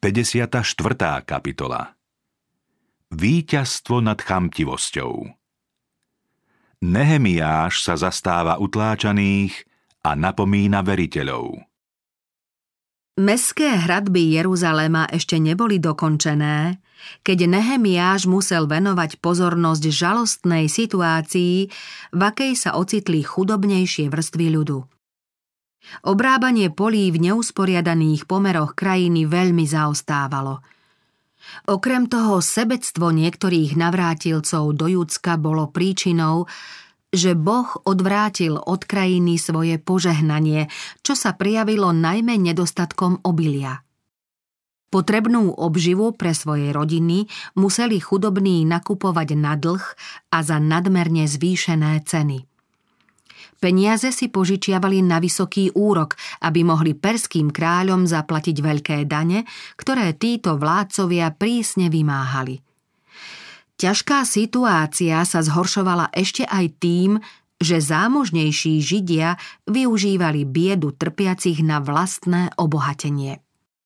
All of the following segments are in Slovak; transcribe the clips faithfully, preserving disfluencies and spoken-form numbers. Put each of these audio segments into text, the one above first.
päťdesiata štvrtá kapitola. Víťazstvo nad chamtivosťou. Nehemiáš sa zastáva utláčaných a napomína veriteľov. Mestské hradby Jeruzalema ešte neboli dokončené, keď Nehemiáš musel venovať pozornosť žalostnej situácii, v akej sa ocitli chudobnejšie vrstvy ľudu. Obrábanie polí v neusporiadaných pomeroch krajiny veľmi zaostávalo. Okrem toho sebectvo niektorých navrátilcov do Judska bolo príčinou, že Boh odvrátil od krajiny svoje požehnanie, čo sa prijavilo najmä nedostatkom obilia. Potrebnú obživu pre svoje rodiny museli chudobní nakupovať na dlh a za nadmerne zvýšené ceny. Peniaze si požičiavali na vysoký úrok, aby mohli perským kráľom zaplatiť veľké dane, ktoré títo vládcovia prísne vymáhali. Ťažká situácia sa zhoršovala ešte aj tým, že zámožnejší Židia využívali biedu trpiacich na vlastné obohatenie.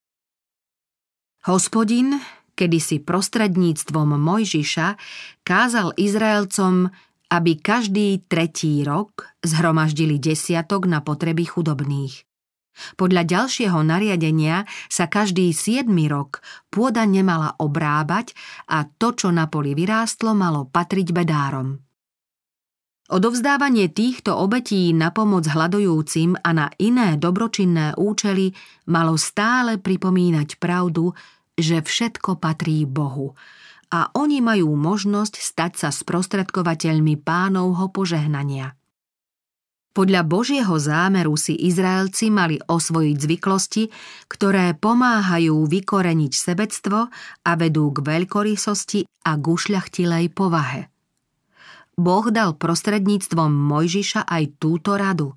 Hospodin kedysi prostredníctvom Mojžiša kázal Izraelcom, aby každý tretí rok zhromaždili desiatok na potreby chudobných. Podľa ďalšieho nariadenia sa každý siedmy rok pôda nemala obrábať a to, čo na poli vyrástlo, malo patriť bedárom. Odovzdávanie týchto obetí na pomoc hladujúcim a na iné dobročinné účely malo stále pripomínať pravdu, že všetko patrí Bohu a oni majú možnosť stať sa sprostredkovateľmi Pánovho požehnania. Podľa Božieho zámeru si Izraelci mali osvojiť zvyklosti, ktoré pomáhajú vykoreniť sebectvo a vedú k veľkorysosti a k ušľachtilej povahe. Boh dal prostredníctvom Mojžiša aj túto radu.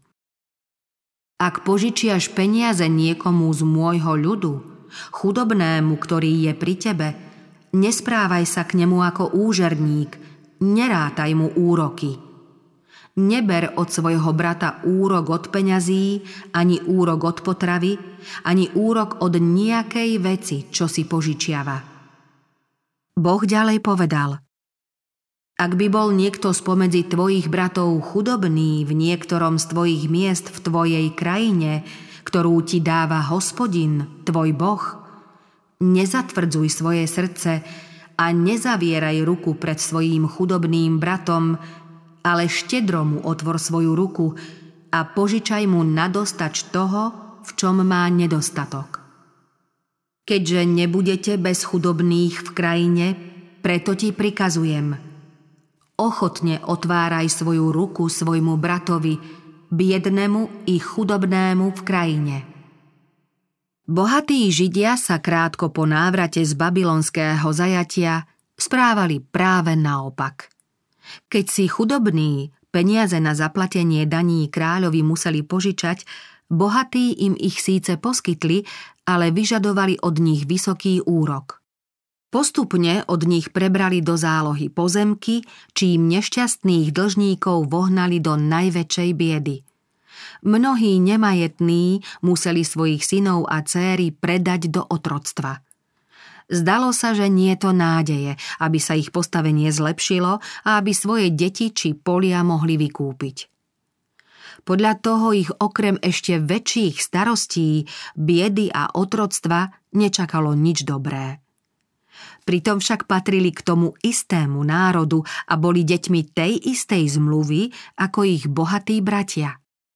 Ak požičiaš peniaze niekomu z môjho ľudu, chudobnému, ktorý je pri tebe, nesprávaj sa k nemu ako úžerník, nerátaj mu úroky. Neber od svojho brata úrok od peňazí, ani úrok od potravy, ani úrok od nejakej veci, čo si požičiava. Boh ďalej povedal: Ak by bol niekto spomedzi tvojich bratov chudobný v niektorom z tvojich miest v tvojej krajine, ktorú ti dáva Hospodin, tvoj Boh, nezatvrdzuj svoje srdce a nezavieraj ruku pred svojím chudobným bratom, ale štedro mu otvor svoju ruku a požičaj mu nadostač toho, v čom má nedostatok. Keďže nebudete bez chudobných v krajine, preto ti prikazujem: ochotne otváraj svoju ruku svojmu bratovi, biednému i chudobnému v krajine. Bohatí Židia sa krátko po návrate z babylonského zajatia správali práve naopak. Keď si chudobní peniaze na zaplatenie daní kráľovi museli požičať, bohatí im ich síce poskytli, ale vyžadovali od nich vysoký úrok. Postupne od nich prebrali do zálohy pozemky, čím nešťastných dlžníkov vohnali do najväčšej biedy. Mnohí nemajetní museli svojich synov a dcéry predať do otroctva. Zdalo sa, že nie je to nádeje, aby sa ich postavenie zlepšilo a aby svoje deti či polia mohli vykúpiť. Podľa toho ich okrem ešte väčších starostí, biedy a otroctva nečakalo nič dobré. Pritom však patrili k tomu istému národu a boli deťmi tej istej zmluvy ako ich bohatí bratia.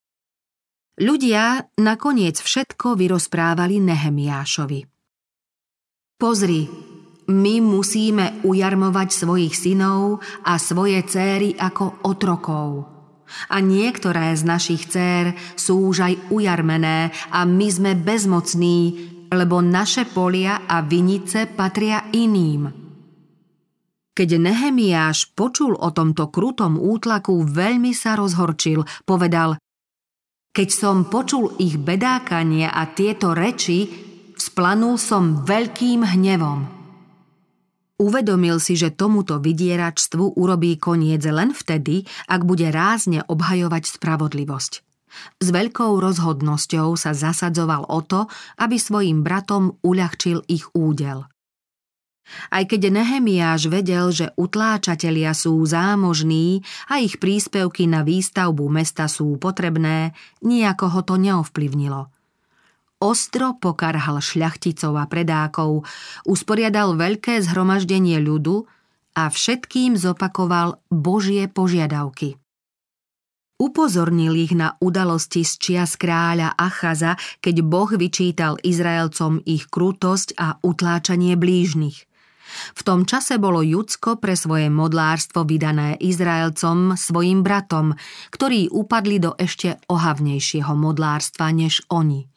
Ľudia nakoniec všetko vyrozprávali Nehemiášovi. Pozri, my musíme ujarmovať svojich synov a svoje céry ako otrokov. A niektoré z našich dcér sú už aj ujarmené a my sme bezmocní, lebo naše polia a vinice patria iným. Keď Nehemiáš počul o tomto krutom útlaku, veľmi sa rozhorčil, povedal: Keď som počul ich bedákanie a tieto reči, vzplanul som veľkým hnevom. Uvedomil si, že tomuto vydieračstvu urobí koniec len vtedy, ak bude rázne obhajovať spravodlivosť. S veľkou rozhodnosťou sa zasadzoval o to, aby svojim bratom uľahčil ich údel. Aj keď Nehemiáš vedel, že utláčatelia sú zámožní a ich príspevky na výstavbu mesta sú potrebné, nijako ho to neovplyvnilo. Ostro pokarhal šľachticov a predákov, usporiadal veľké zhromaždenie ľudu a všetkým zopakoval Božie požiadavky. Upozornil ich na udalosti z čias kráľa Achaza, keď Boh vyčítal Izraelcom ich krutosť a utláčanie blížnych. V tom čase bolo Judsko pre svoje modlárstvo vydané Izraelcom svojim bratom, ktorí upadli do ešte ohavnejšieho modlárstva než oni.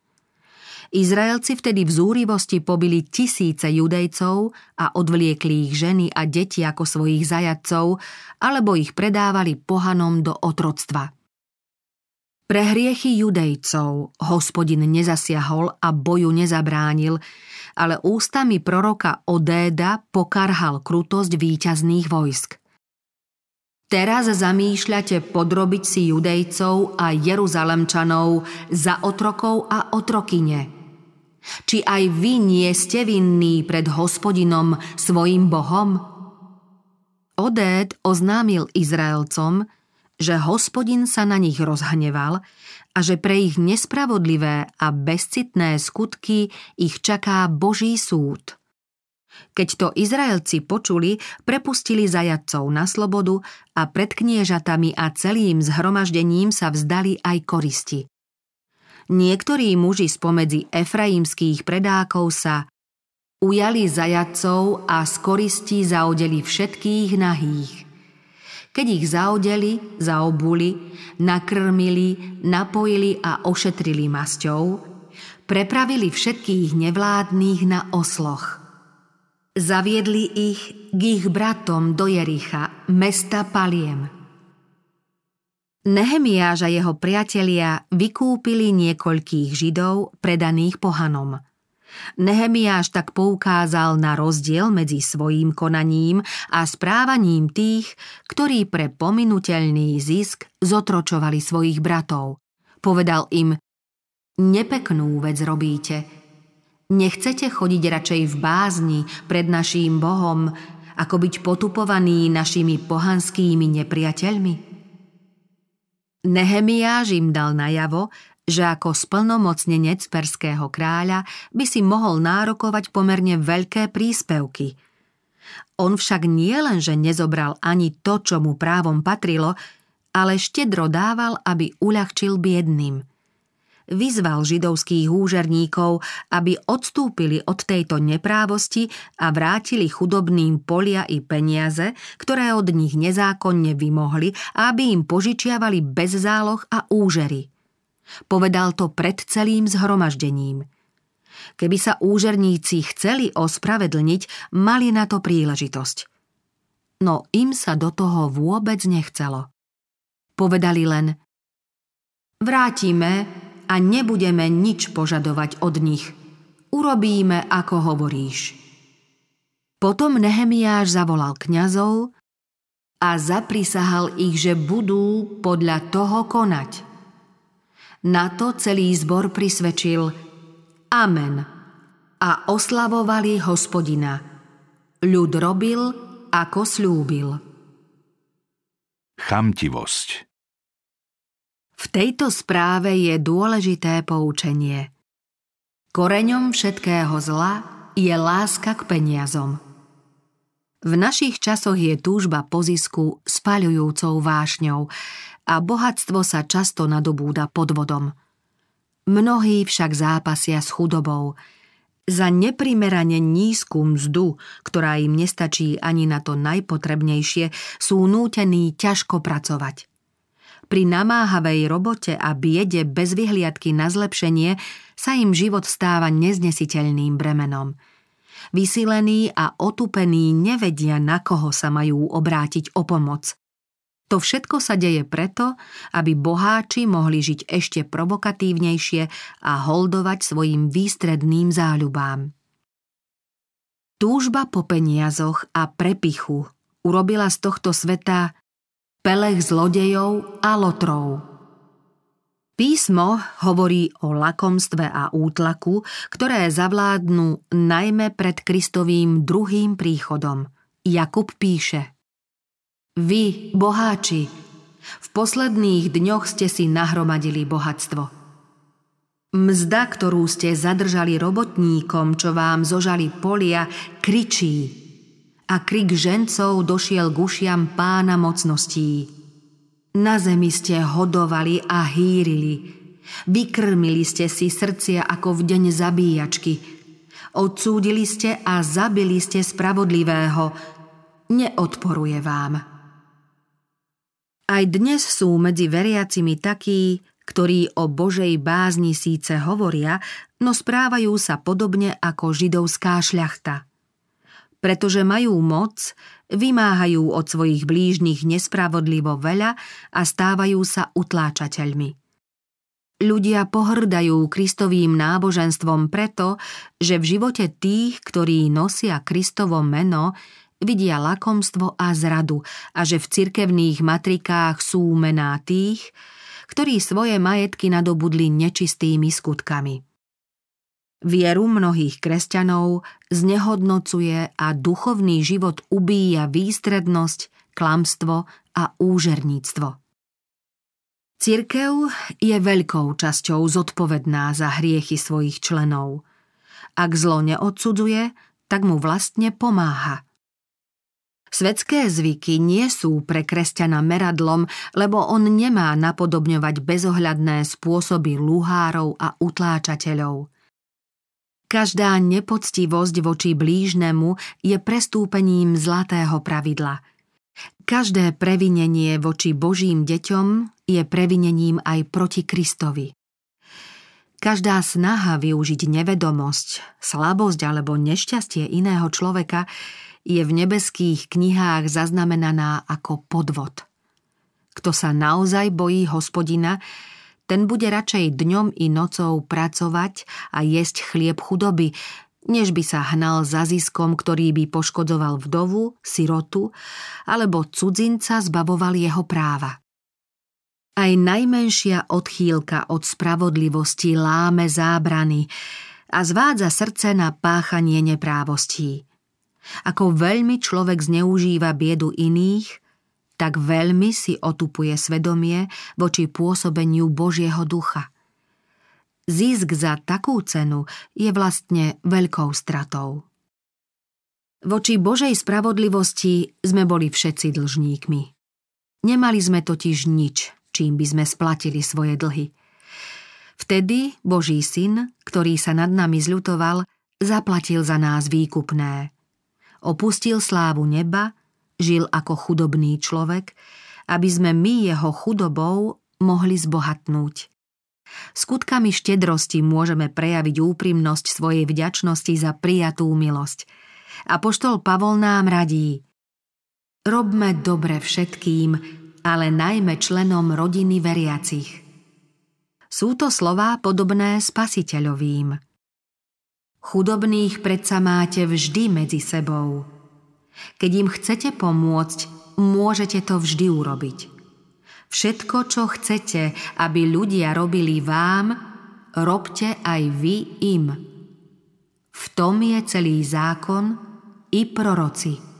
Izraelci vtedy v zúrivosti pobili tisíce Judejcov a odvliekli ich ženy a deti ako svojich zajatcov, alebo ich predávali pohanom do otroctva. Pre hriechy Judejcov Hospodin nezasiahol a boju nezabránil, ale ústami proroka Odéda pokarhal krutosť víťazných vojsk. Teraz zamýšľate podrobiť si Judejcov a Jeruzalemčanov za otrokov a otrokyne. Či aj vy nie ste vinní pred Hospodinom, svojim Bohom? Odéd oznámil Izraelcom, že Hospodin sa na nich rozhneval a že pre ich nespravodlivé a bezcitné skutky ich čaká Boží súd. Keď to Izraelci počuli, prepustili zajatcov na slobodu a pred kniežatami a celým zhromaždením sa vzdali aj koristi. Niektorí muži spomedzi efraimských predákov sa ujali zajatcov a z koristi zaodeli všetkých nahých. Keď ich zaodeli, zaobuli, nakrmili, napojili a ošetrili masťou, prepravili všetkých nevládnych na osloch. Zaviedli ich k ich bratom do Jericha, mesta paliem. Nehemiáš a jeho priatelia vykúpili niekoľkých Židov predaných pohanom. Nehemiáš tak poukázal na rozdiel medzi svojím konaním a správaním tých, ktorí pre pominuteľný zisk zotročovali svojich bratov. Povedal im: nepeknú vec robíte. Nechcete chodiť radšej v bázni pred naším Bohom, ako byť potupovaní našimi pohanskými nepriateľmi? Nehemiáš im dal najavo, že ako splnomocnenec perského kráľa by si mohol nárokovať pomerne veľké príspevky. On však nielenže nezobral ani to, čo mu právom patrilo, ale štedro dával, aby uľahčil biednym. Vyzval židovských úžerníkov, aby odstúpili od tejto neprávosti a vrátili chudobným polia i peniaze, ktoré od nich nezákonne vymohli, a aby im požičiavali bez záloh a úžery. Povedal to pred celým zhromaždením. Keby sa úžerníci chceli ospravedlniť, mali na to príležitosť. No im sa do toho vôbec nechcelo. Povedali len: vrátime a nebudeme nič požadovať od nich. Urobíme, ako hovoríš. Potom Nehemiáš zavolal kňazov a zaprisahal ich, že budú podľa toho konať. Na to celý zbor prisvedčil Amen a oslavovali Hospodina. Ľud robil, ako sľúbil. Chamtivosť. V tejto správe je dôležité poučenie. Koreňom všetkého zla je láska k peniazom. V našich časoch je túžba po zisku spaľujúcou vášňou a bohatstvo sa často nadobúda podvodom. Mnohí však zápasia s chudobou. Za neprimerane nízku mzdu, ktorá im nestačí ani na to najpotrebnejšie, sú nútení ťažko pracovať. Pri namáhavej robote a biede bez vyhliadky na zlepšenie sa im život stáva neznesiteľným bremenom. Vysílení a otupení nevedia, na koho sa majú obrátiť o pomoc. To všetko sa deje preto, aby boháči mohli žiť ešte provokatívnejšie a holdovať svojim výstredným záľubám. Túžba po peniazoch a prepichu urobila z tohto sveta pelech zlodejov a lotrov. Písmo hovorí o lakomstve a útlaku, ktoré zavládnu najmä pred Kristovým druhým príchodom. Jakub píše: Vy, boháči, v posledných dňoch ste si nahromadili bohatstvo. Mzda, ktorú ste zadržali robotníkom, čo vám zožali polia, kričí. A krik žencov došiel k ušiam Pána mocností. Na zemi ste hodovali a hýrili. Vykrmili ste si srdcia ako v deň zabíjačky. Odsúdili ste a zabili ste spravodlivého. Neodporuje vám. Aj dnes sú medzi veriacimi takí, ktorí o Božej bázni síce hovoria, no správajú sa podobne ako židovská šľachta. Pretože majú moc, vymáhajú od svojich blížnych nespravodlivo veľa a stávajú sa utláčateľmi. Ľudia pohrdajú Kristovým náboženstvom preto, že v živote tých, ktorí nosia Kristovo meno, vidia lakomstvo a zradu a že v cirkevných matrikách sú mená tých, ktorí svoje majetky nadobudli nečistými skutkami. Vieru mnohých kresťanov znehodnocuje a duchovný život ubíja výstrednosť, klamstvo a úžerníctvo. Cirkev je veľkou časťou zodpovedná za hriechy svojich členov. Ak zlo neodsudzuje, tak mu vlastne pomáha. Svetské zvyky nie sú pre kresťana meradlom, lebo on nemá napodobňovať bezohľadné spôsoby luhárov a utláčateľov. Každá nepoctivosť voči blížnemu je prestúpením zlatého pravidla. Každé previnenie voči Božím deťom je previnením aj proti Kristovi. Každá snaha využiť nevedomosť, slabosť alebo nešťastie iného človeka je v nebeských knihách zaznamenaná ako podvod. Kto sa naozaj bojí Hospodina, ten bude radšej dňom i nocou pracovať a jesť chlieb chudoby, než by sa hnal za ziskom, ktorý by poškodzoval vdovu, sirotu, alebo cudzinca zbavoval jeho práva. Aj najmenšia odchýlka od spravodlivosti láme zábrany a zvádza srdce na páchanie neprávostí. Ako veľmi človek zneužíva biedu iných, tak veľmi si otupuje svedomie voči pôsobeniu Božieho ducha. Zisk za takú cenu je vlastne veľkou stratou. Voči Božej spravodlivosti sme boli všetci dlžníkmi. Nemali sme totiž nič, čím by sme splatili svoje dlhy. Vtedy Boží syn, ktorý sa nad nami zľutoval, zaplatil za nás výkupné. Opustil slávu neba, žil ako chudobný človek, aby sme my jeho chudobou mohli zbohatnúť. Skutkami štedrosti môžeme prejaviť úprimnosť svojej vďačnosti za prijatú milosť. Apoštol Pavol nám radí: Robme dobre všetkým, ale najmä členom rodiny veriacich. Sú to slová podobné Spasiteľovým. Chudobných predsa máte vždy medzi sebou. Keď im chcete pomôcť, môžete to vždy urobiť. Všetko, čo chcete, aby ľudia robili vám, robte aj vy im. V tom je celý zákon i proroci.